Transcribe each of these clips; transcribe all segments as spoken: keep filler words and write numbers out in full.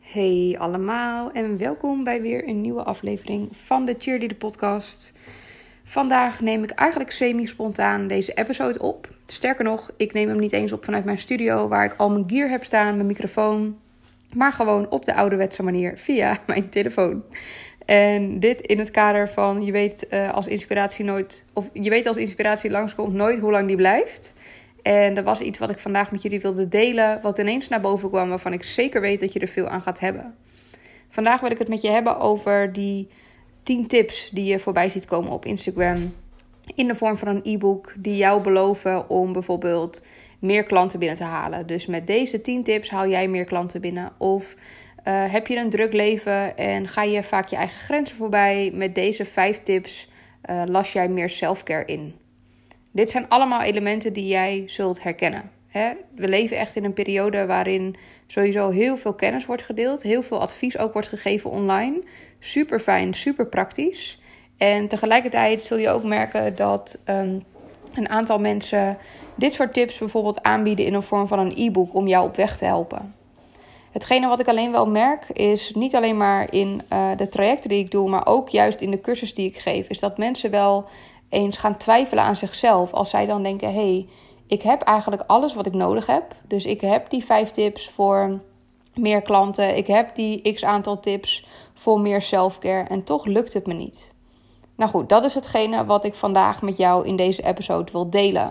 Hey allemaal en welkom bij weer een nieuwe aflevering van de Cheerleader podcast. Vandaag neem ik eigenlijk semi-spontaan deze episode op. Sterker nog, ik neem hem niet eens op vanuit mijn studio waar ik al mijn gear heb staan, mijn microfoon. Maar gewoon op de ouderwetse manier via mijn telefoon. En dit in het kader van, je weet uh, als inspiratie nooit, of je weet als inspiratie langskomt nooit hoe lang die blijft. En dat was iets wat ik vandaag met jullie wilde delen, wat ineens naar boven kwam, waarvan ik zeker weet dat je er veel aan gaat hebben. Vandaag wil ik het met je hebben over die tien tips die je voorbij ziet komen op Instagram. In de vorm van een e-book die jou beloven om bijvoorbeeld meer klanten binnen te halen. Dus met deze tien tips haal jij meer klanten binnen. Of uh, heb je een druk leven en ga je vaak je eigen grenzen voorbij. Met deze vijf tips uh, las jij meer selfcare in. Dit zijn allemaal elementen die jij zult herkennen. Hè? We leven echt in een periode waarin sowieso heel veel kennis wordt gedeeld. Heel veel advies ook wordt gegeven online. Super fijn, super praktisch. En tegelijkertijd zul je ook merken dat um, een aantal mensen dit soort tips bijvoorbeeld aanbieden in een vorm van een e-book om jou op weg te helpen. Hetgene wat ik alleen wel merk is niet alleen maar in uh, de trajecten die ik doe, maar ook juist in de cursus die ik geef, is dat mensen wel eens gaan twijfelen aan zichzelf als zij dan denken, hé, hey, ik heb eigenlijk alles wat ik nodig heb. Dus ik heb die vijf tips voor meer klanten. Ik heb die x aantal tips voor meer selfcare en toch lukt het me niet. Nou goed, dat is hetgene wat ik vandaag met jou in deze episode wil delen.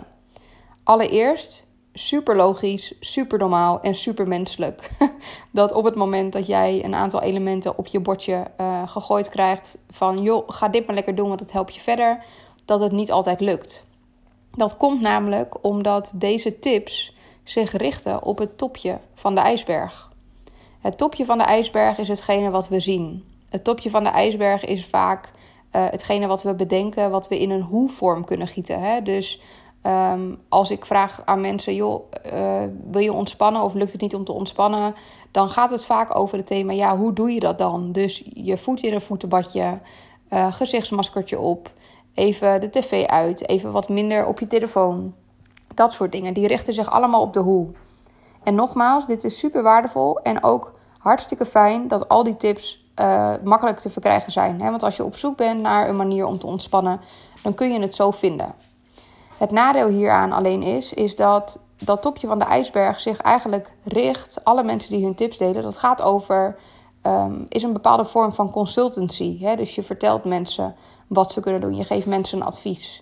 Allereerst, super logisch, super normaal en super menselijk. Dat op het moment dat jij een aantal elementen op je bordje uh, gegooid krijgt van, joh, ga dit maar lekker doen, want het helpt je verder, dat het niet altijd lukt. Dat komt namelijk omdat deze tips zich richten op het topje van de ijsberg. Het topje van de ijsberg is hetgene wat we zien. Het topje van de ijsberg is vaak uh, hetgene wat we bedenken, wat we in een hoe-vorm kunnen gieten. Hè? Dus um, als ik vraag aan mensen, joh, uh, wil je ontspannen of lukt het niet om te ontspannen? Dan gaat het vaak over het thema, ja, hoe doe je dat dan? Dus je voet in een voetenbadje, uh, gezichtsmaskertje op, even de tv uit, even wat minder op je telefoon. Dat soort dingen, die richten zich allemaal op de hoe. En nogmaals, dit is super waardevol en ook hartstikke fijn dat al die tips uh, makkelijk te verkrijgen zijn. Hè? Want als je op zoek bent naar een manier om te ontspannen, dan kun je het zo vinden. Het nadeel hieraan alleen is, is dat dat topje van de ijsberg zich eigenlijk richt, alle mensen die hun tips delen, dat gaat over, um, is een bepaalde vorm van consultancy. Hè? Dus je vertelt mensen wat ze kunnen doen, je geeft mensen een advies.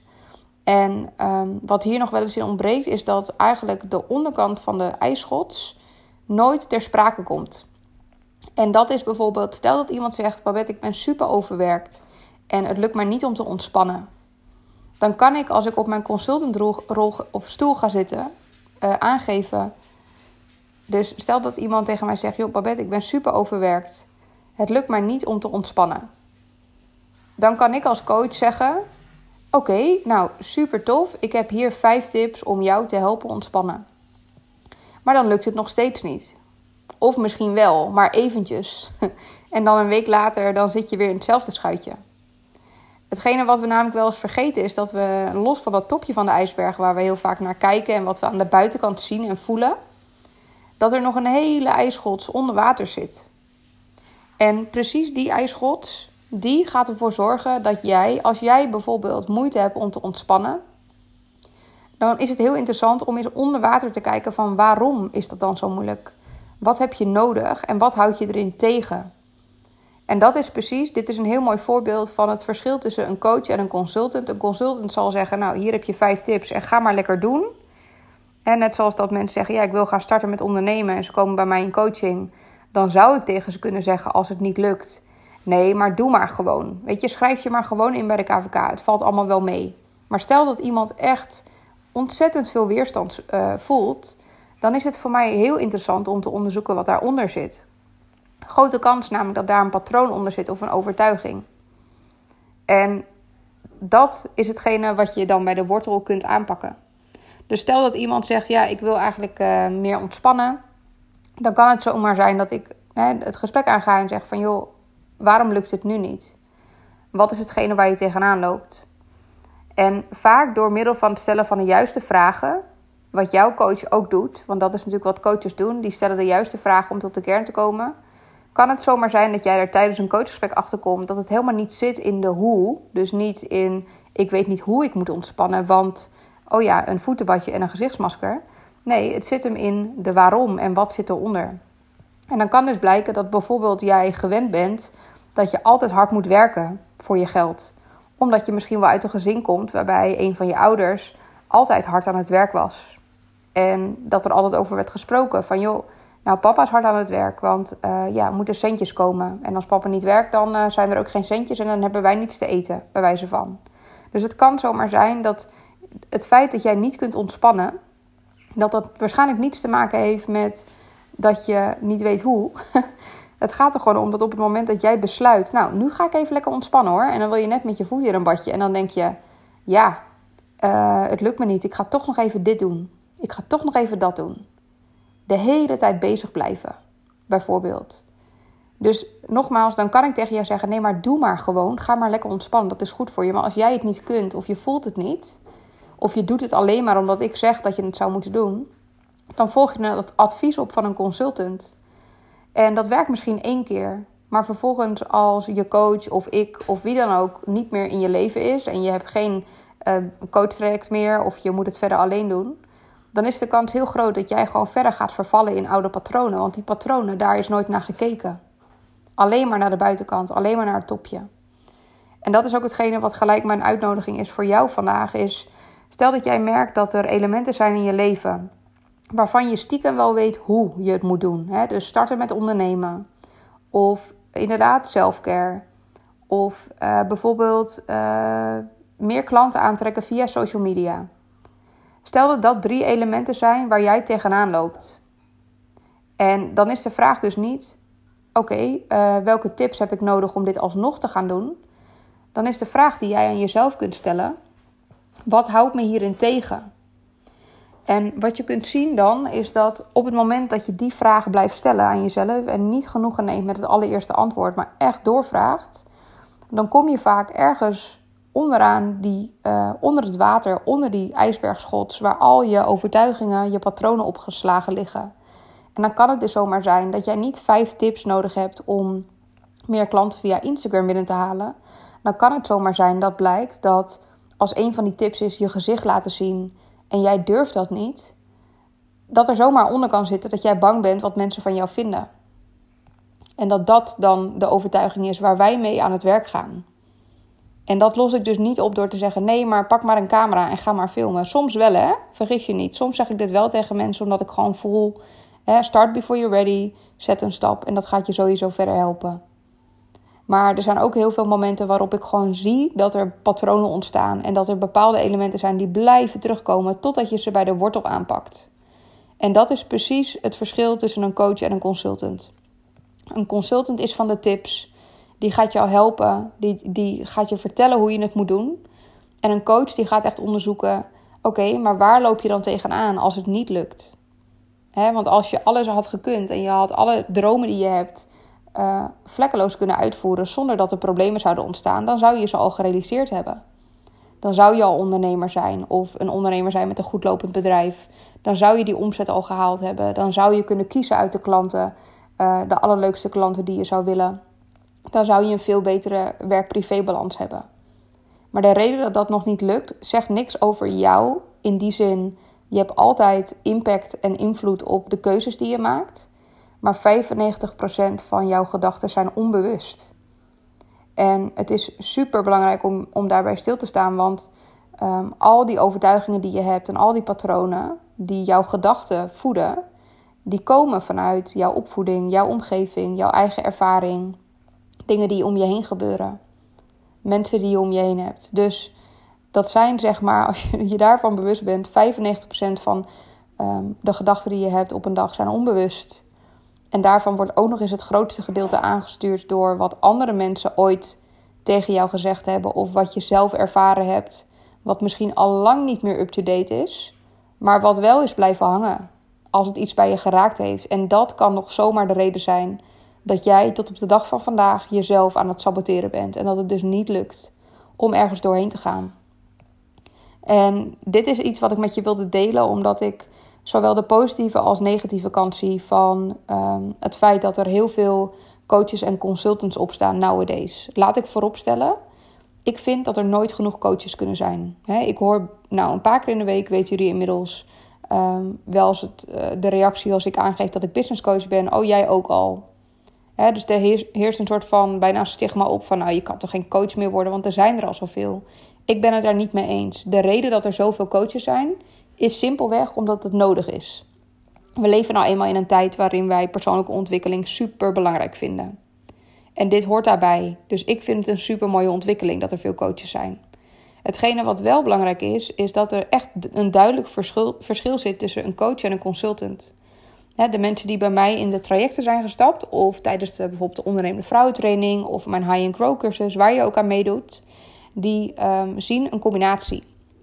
En um, wat hier nog wel eens in ontbreekt, is dat eigenlijk de onderkant van de ijsschots nooit ter sprake komt. En dat is bijvoorbeeld, stel dat iemand zegt, Babette, ik ben super overwerkt en het lukt mij niet om te ontspannen. Dan kan ik, als ik op mijn consultantrol of stoel ga zitten, uh, aangeven. Dus stel dat iemand tegen mij zegt, joh Babette, ik ben super overwerkt. Het lukt mij niet om te ontspannen. Dan kan ik als coach zeggen, oké, okay, nou super tof. Ik heb hier vijf tips om jou te helpen ontspannen. Maar dan lukt het nog steeds niet. Of misschien wel, maar eventjes. En dan een week later, dan zit je weer in hetzelfde schuitje. Hetgene wat we namelijk wel eens vergeten is dat we, los van dat topje van de ijsberg waar we heel vaak naar kijken en wat we aan de buitenkant zien en voelen, dat er nog een hele ijsschots onder water zit. En precies die ijsschots, die gaat ervoor zorgen dat jij, als jij bijvoorbeeld moeite hebt om te ontspannen, dan is het heel interessant om eens onder water te kijken van waarom is dat dan zo moeilijk? Wat heb je nodig en wat houd je erin tegen? En dat is precies, dit is een heel mooi voorbeeld van het verschil tussen een coach en een consultant. Een consultant zal zeggen, nou hier heb je vijf tips en ga maar lekker doen. En net zoals dat mensen zeggen, ja ik wil gaan starten met ondernemen en ze komen bij mij in coaching. Dan zou ik tegen ze kunnen zeggen als het niet lukt, nee maar doe maar gewoon. Weet je, schrijf je maar gewoon in bij de K V K, het valt allemaal wel mee. Maar stel dat iemand echt ontzettend veel weerstand uh, voelt, dan is het voor mij heel interessant om te onderzoeken wat daaronder zit. Grote kans namelijk dat daar een patroon onder zit of een overtuiging. En dat is hetgene wat je dan bij de wortel kunt aanpakken. Dus stel dat iemand zegt, ja, ik wil eigenlijk uh, meer ontspannen. Dan kan het zomaar zijn dat ik hè, het gesprek aanga en zeg van, joh, waarom lukt het nu niet? Wat is hetgene waar je tegenaan loopt? En vaak door middel van het stellen van de juiste vragen, wat jouw coach ook doet, want dat is natuurlijk wat coaches doen, die stellen de juiste vragen om tot de kern te komen, kan het zomaar zijn dat jij er tijdens een coachgesprek achterkomt dat het helemaal niet zit in de hoe. Dus niet in, ik weet niet hoe ik moet ontspannen, want, oh ja, een voetenbadje en een gezichtsmasker. Nee, het zit hem in de waarom en wat zit eronder. En dan kan dus blijken dat bijvoorbeeld jij gewend bent dat je altijd hard moet werken voor je geld. Omdat je misschien wel uit een gezin komt waarbij een van je ouders altijd hard aan het werk was. En dat er altijd over werd gesproken van, joh, nou, papa is hard aan het werk, want uh, ja, moeten centjes komen. En als papa niet werkt, dan uh, zijn er ook geen centjes en dan hebben wij niets te eten, bij wijze van. Dus het kan zomaar zijn dat het feit dat jij niet kunt ontspannen, dat dat waarschijnlijk niets te maken heeft met dat je niet weet hoe. Het gaat er gewoon om dat op het moment dat jij besluit, nou, nu ga ik even lekker ontspannen hoor. En dan wil je net met je voetje in een badje. En dan denk je, ja, uh, het lukt me niet. Ik ga toch nog even dit doen. Ik ga toch nog even dat doen. De hele tijd bezig blijven, bijvoorbeeld. Dus nogmaals, dan kan ik tegen jou zeggen, nee, maar doe maar gewoon. Ga maar lekker ontspannen, dat is goed voor je. Maar als jij het niet kunt of je voelt het niet, of je doet het alleen maar omdat ik zeg dat je het zou moeten doen, dan volg je het advies op van een consultant. En dat werkt misschien één keer. Maar vervolgens als je coach of ik of wie dan ook niet meer in je leven is en je hebt geen uh, coachtraject meer of je moet het verder alleen doen, dan is de kans heel groot dat jij gewoon verder gaat vervallen in oude patronen. Want die patronen, daar is nooit naar gekeken. Alleen maar naar de buitenkant, alleen maar naar het topje. En dat is ook hetgene wat gelijk mijn uitnodiging is voor jou vandaag. Is, stel dat jij merkt dat er elementen zijn in je leven waarvan je stiekem wel weet hoe je het moet doen. Hè? Dus starten met ondernemen. Of inderdaad selfcare. Of uh, bijvoorbeeld uh, meer klanten aantrekken via social media. Stel dat dat drie elementen zijn waar jij tegenaan loopt. En dan is de vraag dus niet, oké, okay, uh, welke tips heb ik nodig om dit alsnog te gaan doen? Dan is de vraag die jij aan jezelf kunt stellen, wat houdt me hierin tegen? En wat je kunt zien dan, is dat op het moment dat je die vraag blijft stellen aan jezelf en niet genoegen neemt met het allereerste antwoord, maar echt doorvraagt, dan kom je vaak ergens onderaan die, uh, onder het water, onder die ijsbergschots, waar al je overtuigingen, je patronen opgeslagen liggen. En dan kan het dus zomaar zijn dat jij niet vijf tips nodig hebt om meer klanten via Instagram binnen te halen. Dan kan het zomaar zijn dat blijkt dat als een van die tips is je gezicht laten zien en jij durft dat niet, dat er zomaar onder kan zitten dat jij bang bent wat mensen van jou vinden. En dat dat dan de overtuiging is waar wij mee aan het werk gaan. En dat los ik dus niet op door te zeggen, nee, maar pak maar een camera en ga maar filmen. Soms wel, hè? Vergis je niet. Soms zeg ik dit wel tegen mensen omdat ik gewoon voel, hè, start before you're ready, zet een stap en dat gaat je sowieso verder helpen. Maar er zijn ook heel veel momenten waarop ik gewoon zie dat er patronen ontstaan en dat er bepaalde elementen zijn die blijven terugkomen totdat je ze bij de wortel aanpakt. En dat is precies het verschil tussen een coach en een consultant. Een consultant is van de tips. Die gaat jou helpen. Die, die gaat je vertellen hoe je het moet doen. En een coach die gaat echt onderzoeken, oké, okay, maar waar loop je dan tegenaan als het niet lukt? He, want als je alles had gekund en je had alle dromen die je hebt uh, vlekkeloos kunnen uitvoeren zonder dat er problemen zouden ontstaan, dan zou je ze al gerealiseerd hebben. Dan zou je al ondernemer zijn of een ondernemer zijn met een goed lopend bedrijf. Dan zou je die omzet al gehaald hebben. Dan zou je kunnen kiezen uit de klanten, uh, de allerleukste klanten die je zou willen. Dan zou je een veel betere werk-privé-balans hebben. Maar de reden dat dat nog niet lukt, zegt niks over jou. In die zin, je hebt altijd impact en invloed op de keuzes die je maakt. Maar vijfennegentig procent van jouw gedachten zijn onbewust. En het is super belangrijk om, om daarbij stil te staan. Want um, al die overtuigingen die je hebt en al die patronen die jouw gedachten voeden, die komen vanuit jouw opvoeding, jouw omgeving, jouw eigen ervaring. Dingen die om je heen gebeuren. Mensen die je om je heen hebt. Dus dat zijn, zeg maar, als je je daarvan bewust bent, vijfennegentig procent van um, de gedachten die je hebt op een dag zijn onbewust. En daarvan wordt ook nog eens het grootste gedeelte aangestuurd door wat andere mensen ooit tegen jou gezegd hebben. Of wat je zelf ervaren hebt. Wat misschien al lang niet meer up-to-date is. Maar wat wel is blijven hangen. Als het iets bij je geraakt heeft. En dat kan nog zomaar de reden zijn dat jij tot op de dag van vandaag jezelf aan het saboteren bent. En dat het dus niet lukt om ergens doorheen te gaan. En dit is iets wat ik met je wilde delen, omdat ik zowel de positieve als negatieve kant zie van um, het feit dat er heel veel coaches en consultants opstaan nowadays. Laat ik vooropstellen, ik vind dat er nooit genoeg coaches kunnen zijn. He, ik hoor nou een paar keer in de week, weten jullie inmiddels, um, wel eens het, uh, de reactie als ik aangeef dat ik business coach ben. Oh, jij ook al. He, dus er heers, heerst een soort van bijna stigma op van, nou, je kan toch geen coach meer worden, want er zijn er al zoveel. Ik ben het daar niet mee eens. De reden dat er zoveel coaches zijn, is simpelweg omdat het nodig is. We leven nou eenmaal in een tijd waarin wij persoonlijke ontwikkeling super belangrijk vinden. En dit hoort daarbij. Dus ik vind het een super mooie ontwikkeling dat er veel coaches zijn. Hetgene wat wel belangrijk is, is dat er echt een duidelijk verschil, verschil zit tussen een coach en een consultant. De mensen die bij mij in de trajecten zijn gestapt, of tijdens de, bijvoorbeeld de ondernemende vrouwentraining of mijn high-end grow cursus, waar je ook aan meedoet, die um, zien een combinatie.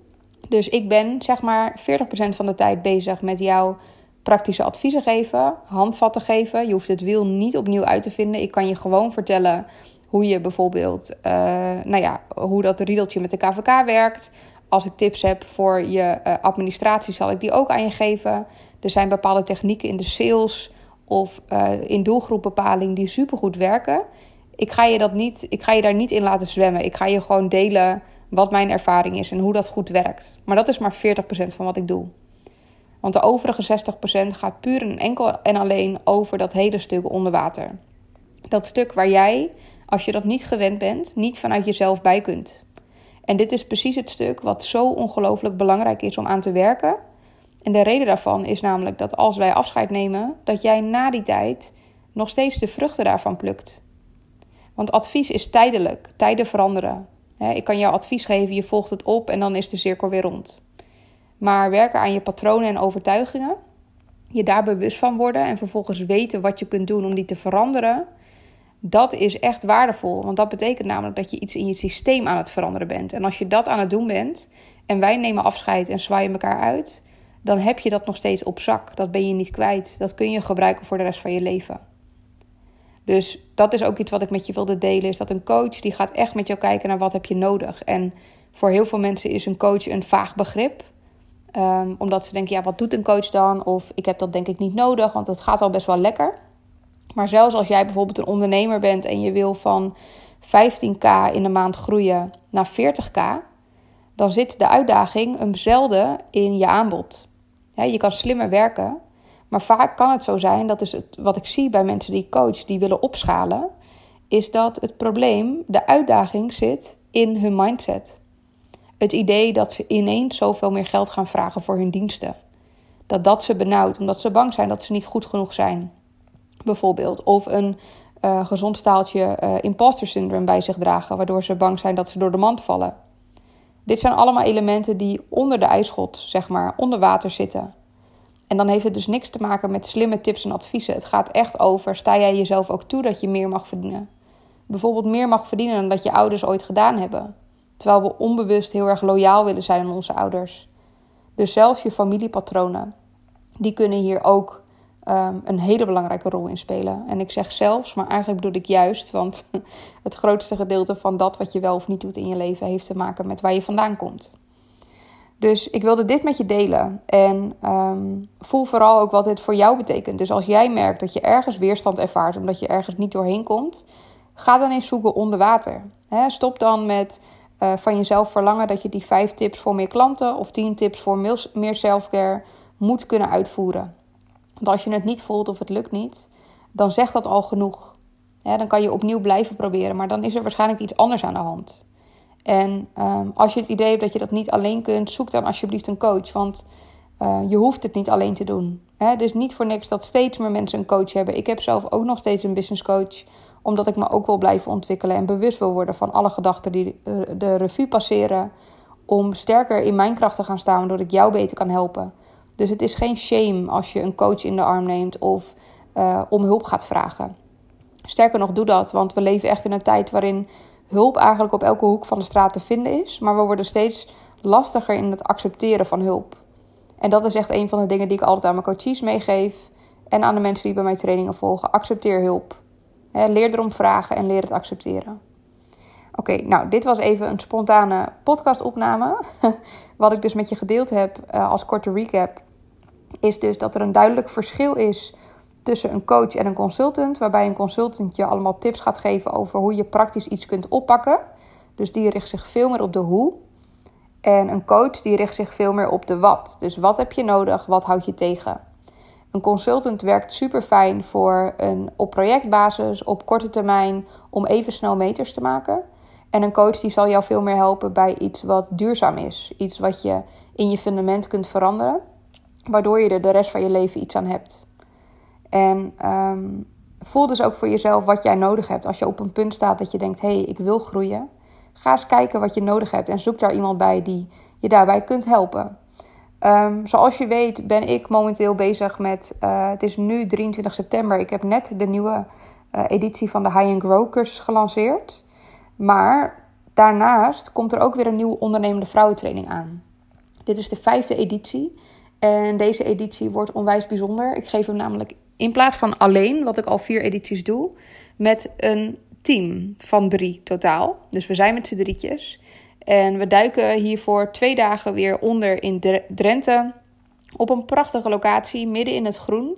Dus ik ben zeg maar veertig procent van de tijd bezig met jou praktische adviezen geven, handvatten geven. Je hoeft het wiel niet opnieuw uit te vinden. Ik kan je gewoon vertellen hoe je bijvoorbeeld, uh, nou ja, hoe dat riedeltje met de K V K werkt. Als ik tips heb voor je uh, administratie, zal ik die ook aan je geven. Er zijn bepaalde technieken in de sales of uh, in doelgroepbepaling die supergoed werken. Ik ga je dat niet, ik ga je daar niet in laten zwemmen. Ik ga je gewoon delen wat mijn ervaring is en hoe dat goed werkt. Maar dat is maar veertig procent van wat ik doe. Want de overige zestig procent gaat puur en enkel en alleen over dat hele stuk onder water. Dat stuk waar jij, als je dat niet gewend bent, niet vanuit jezelf bij kunt. En dit is precies het stuk wat zo ongelooflijk belangrijk is om aan te werken. En de reden daarvan is namelijk dat als wij afscheid nemen, dat jij na die tijd nog steeds de vruchten daarvan plukt. Want advies is tijdelijk, tijden veranderen. Ik kan jou advies geven, je volgt het op en dan is de cirkel weer rond. Maar werken aan je patronen en overtuigingen, je daar bewust van worden en vervolgens weten wat je kunt doen om die te veranderen, dat is echt waardevol. Want dat betekent namelijk dat je iets in je systeem aan het veranderen bent. En als je dat aan het doen bent en wij nemen afscheid en zwaaien elkaar uit, dan heb je dat nog steeds op zak. Dat ben je niet kwijt. Dat kun je gebruiken voor de rest van je leven. Dus dat is ook iets wat ik met je wilde delen, is dat een coach die gaat echt met jou kijken naar wat heb je nodig. En voor heel veel mensen is een coach een vaag begrip. Um, omdat ze denken, ja, wat doet een coach dan? Of ik heb dat denk ik niet nodig, want het gaat al best wel lekker. Maar zelfs als jij bijvoorbeeld een ondernemer bent en je wil van vijftien k in de maand groeien naar veertig k, dan zit de uitdaging hem zelden in je aanbod. He, je kan slimmer werken, maar vaak kan het zo zijn, dat is het, wat ik zie bij mensen die ik coach, die willen opschalen, is dat het probleem, de uitdaging zit in hun mindset. Het idee dat ze ineens zoveel meer geld gaan vragen voor hun diensten. Dat dat ze benauwt, omdat ze bang zijn dat ze niet goed genoeg zijn. Bijvoorbeeld. Of een uh, gezond staaltje uh, imposter syndrome bij zich dragen, waardoor ze bang zijn dat ze door de mand vallen. Dit zijn allemaal elementen die onder de ijsschot, zeg maar, onder water zitten. En dan heeft het dus niks te maken met slimme tips en adviezen. Het gaat echt over, sta jij jezelf ook toe dat je meer mag verdienen? Bijvoorbeeld meer mag verdienen dan dat je ouders ooit gedaan hebben. Terwijl we onbewust heel erg loyaal willen zijn aan onze ouders. Dus zelfs je familiepatronen, die kunnen hier ook um, een hele belangrijke rol in spelen. En ik zeg zelfs, maar eigenlijk bedoel ik juist, want het grootste gedeelte van dat wat je wel of niet doet in je leven heeft te maken met waar je vandaan komt. Dus ik wilde dit met je delen. En um, voel vooral ook wat dit voor jou betekent. Dus als jij merkt dat je ergens weerstand ervaart omdat je ergens niet doorheen komt, ga dan eens zoeken onder water. He, stop dan met uh, van jezelf verlangen dat je die vijf tips voor meer klanten of tien tips voor meer selfcare moet kunnen uitvoeren. Want als je het niet voelt of het lukt niet, dan zegt dat al genoeg. He, dan kan je opnieuw blijven proberen, maar dan is er waarschijnlijk iets anders aan de hand. En um, als je het idee hebt dat je dat niet alleen kunt, zoek dan alsjeblieft een coach. Want uh, je hoeft het niet alleen te doen. Hè? Dus niet voor niks dat steeds meer mensen een coach hebben. Ik heb zelf ook nog steeds een business coach, omdat ik me ook wil blijven ontwikkelen en bewust wil worden van alle gedachten die de revue passeren, om sterker in mijn kracht te gaan staan, waardoor ik jou beter kan helpen. Dus het is geen shame als je een coach in de arm neemt of uh, om hulp gaat vragen. Sterker nog, doe dat, want we leven echt in een tijd waarin hulp eigenlijk op elke hoek van de straat te vinden is. Maar we worden steeds lastiger in het accepteren van hulp. En dat is echt een van de dingen die ik altijd aan mijn coaches meegeef. En aan de mensen die bij mij trainingen volgen. Accepteer hulp. He, leer erom vragen en leer het accepteren. Oké, okay, nou dit was even een spontane podcastopname. Wat ik dus met je gedeeld heb uh, als korte recap, is dus dat er een duidelijk verschil is tussen een coach en een consultant, waarbij een consultant je allemaal tips gaat geven over hoe je praktisch iets kunt oppakken. Dus die richt zich veel meer op de hoe. En een coach die richt zich veel meer op de wat. Dus wat heb je nodig, wat houd je tegen? Een consultant werkt super fijn voor een op projectbasis, op korte termijn, om even snel meters te maken. En een coach die zal jou veel meer helpen bij iets wat duurzaam is. Iets wat je in je fundament kunt veranderen, waardoor je er de rest van je leven iets aan hebt. En um, voel dus ook voor jezelf wat jij nodig hebt. Als je op een punt staat dat je denkt, hé, hey, ik wil groeien. Ga eens kijken wat je nodig hebt en zoek daar iemand bij die je daarbij kunt helpen. Um, zoals je weet ben ik momenteel bezig met, uh, het is nu drieëntwintig september. Ik heb net de nieuwe uh, editie van de High and Grow cursus gelanceerd. Maar daarnaast komt er ook weer een nieuwe ondernemende vrouwentraining aan. Dit is de vijfde editie. En deze editie wordt onwijs bijzonder. Ik geef hem namelijk in plaats van alleen, wat ik al vier edities doe, met een team van drie totaal. Dus we zijn met z'n drietjes. En we duiken hiervoor twee dagen weer onder in Drenthe. Op een prachtige locatie, midden in het groen.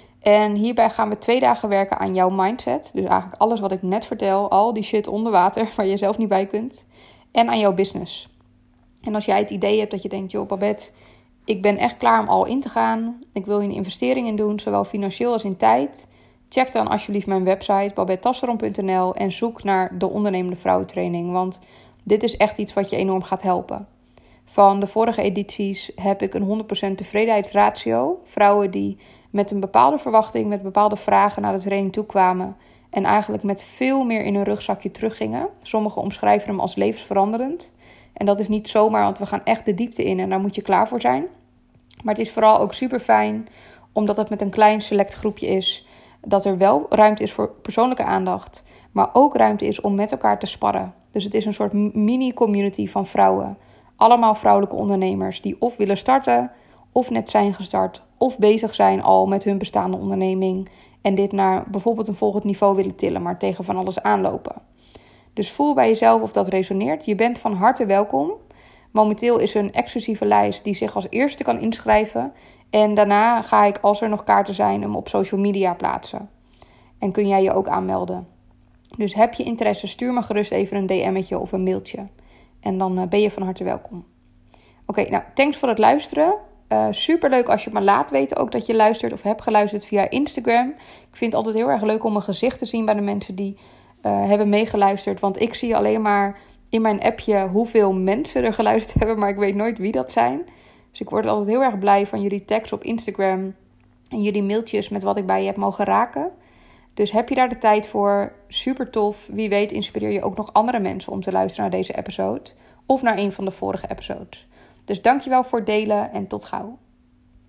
En hierbij gaan we twee dagen werken aan jouw mindset. Dus eigenlijk alles wat ik net vertel, al die shit onder water waar je zelf niet bij kunt. En aan jouw business. En als jij het idee hebt dat je denkt, joh Babette, ik ben echt klaar om al in te gaan. Ik wil hier een investering in doen, zowel financieel als in tijd. Check dan alsjeblieft mijn website babette tasseron punt n l en zoek naar de ondernemende vrouwentraining. Want dit is echt iets wat je enorm gaat helpen. Van de vorige edities heb ik een honderd procent tevredenheidsratio. Vrouwen die met een bepaalde verwachting, met bepaalde vragen naar de training toekwamen. En eigenlijk met veel meer in hun rugzakje teruggingen. Sommigen omschrijven hem als levensveranderend. En dat is niet zomaar, want we gaan echt de diepte in en daar moet je klaar voor zijn. Maar het is vooral ook super fijn, omdat het met een klein select groepje is. Dat er wel ruimte is voor persoonlijke aandacht, maar ook ruimte is om met elkaar te sparren. Dus het is een soort mini-community van vrouwen. Allemaal vrouwelijke ondernemers die of willen starten, of net zijn gestart, of bezig zijn al met hun bestaande onderneming. En dit naar bijvoorbeeld een volgend niveau willen tillen, maar tegen van alles aanlopen. Dus voel bij jezelf of dat resoneert. Je bent van harte welkom. Momenteel is er een exclusieve lijst die zich als eerste kan inschrijven. En daarna ga ik, als er nog kaarten zijn, hem op social media plaatsen. En kun jij je ook aanmelden. Dus heb je interesse, stuur me gerust even een D M'tje of een mailtje. En dan ben je van harte welkom. Oké, okay, nou, thanks voor het luisteren. Uh, superleuk als je me laat weten ook dat je luistert of hebt geluisterd via Instagram. Ik vind het altijd heel erg leuk om een gezicht te zien bij de mensen die uh, hebben meegeluisterd. Want ik zie alleen maar in mijn appje hoeveel mensen er geluisterd hebben, maar ik weet nooit wie dat zijn. Dus ik word altijd heel erg blij van jullie tags op Instagram en jullie mailtjes met wat ik bij je heb mogen raken. Dus heb je daar de tijd voor? Super tof. Wie weet inspireer je ook nog andere mensen om te luisteren naar deze episode. Of naar een van de vorige episodes. Dus dankjewel voor het delen en tot gauw.